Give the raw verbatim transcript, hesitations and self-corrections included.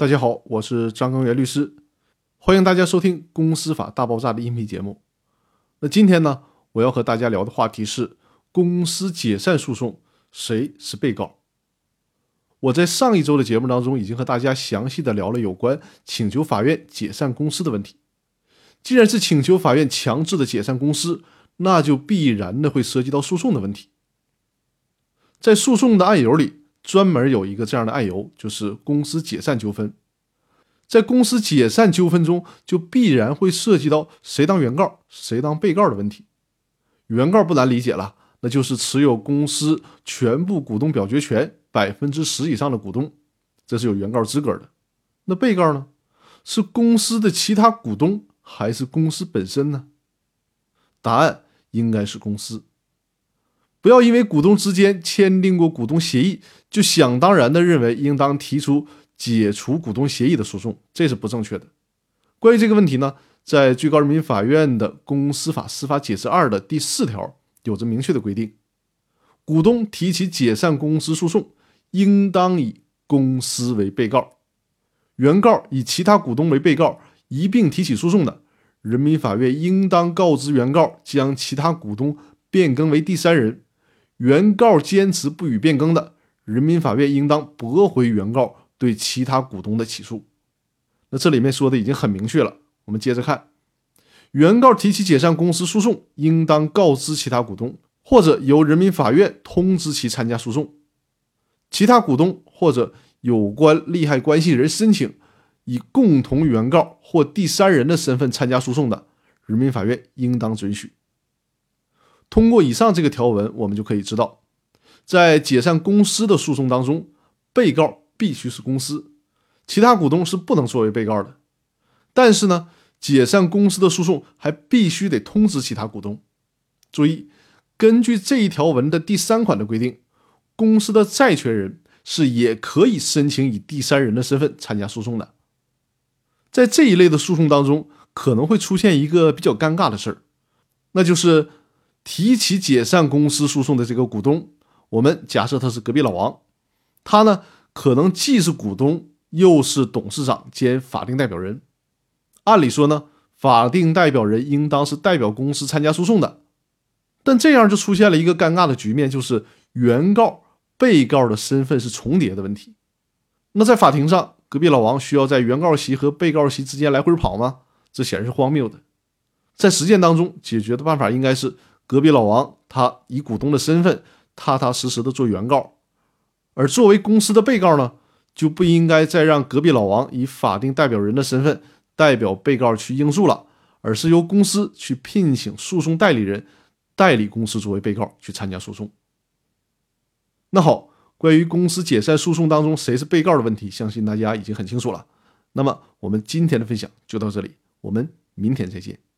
大家好，我是张根源律师，欢迎大家收听《公司法大爆炸》的音频节目。那今天呢，我要和大家聊的话题是公司解散诉讼，谁是被告？我在上一周的节目当中已经和大家详细的聊了有关请求法院解散公司的问题。既然是请求法院强制的解散公司，那就必然的会涉及到诉讼的问题。在诉讼的案由里，专门有一个这样的案由，就是公司解散纠纷。在公司解散纠纷中，就必然会涉及到谁当原告谁当被告的问题。原告不难理解了，那就是持有公司全部股东表决权百分之十以上的股东，这是有原告资格的。那被告呢，是公司的其他股东还是公司本身呢？答案应该是公司。不要因为股东之间签订过股东协议，就想当然的认为应当提出解除股东协议的诉讼，这是不正确的。关于这个问题呢，在最高人民法院的公司法司法解释二的第四条有着明确的规定，股东提起解散公司诉讼，应当以公司为被告，原告以其他股东为被告一并提起诉讼的，人民法院应当告知原告将其他股东变更为第三人。原告坚持不予变更的，人民法院应当驳回原告对其他股东的起诉。那这里面说的已经很明确了，我们接着看，原告提起解散公司诉讼，应当告知其他股东，或者由人民法院通知其参加诉讼。其他股东或者有关利害关系人申请以共同原告或第三人的身份参加诉讼的，人民法院应当准许。通过以上这个条文，我们就可以知道，在解散公司的诉讼当中，被告必须是公司，其他股东是不能作为被告的。但是呢，解散公司的诉讼还必须得通知其他股东。注意，根据这一条文的第三款的规定，公司的债权人是也可以申请以第三人的身份参加诉讼的。在这一类的诉讼当中，可能会出现一个比较尴尬的事儿，那就是提起解散公司诉讼的这个股东，我们假设他是隔壁老王，他呢可能既是股东又是董事长兼法定代表人。按理说呢，法定代表人应当是代表公司参加诉讼的，但这样就出现了一个尴尬的局面，就是原告被告的身份是重叠的问题。那在法庭上，隔壁老王需要在原告席和被告席之间来回跑吗？这显然是荒谬的。在实践当中，解决的办法应该是隔壁老王他以股东的身份踏踏实实的做原告，而作为公司的被告呢，就不应该再让隔壁老王以法定代表人的身份代表被告去应诉了，而是由公司去聘请诉讼代理人代理公司作为被告去参加诉讼。那好，关于公司解散诉讼当中谁是被告的问题，相信大家已经很清楚了。那么我们今天的分享就到这里，我们明天再见。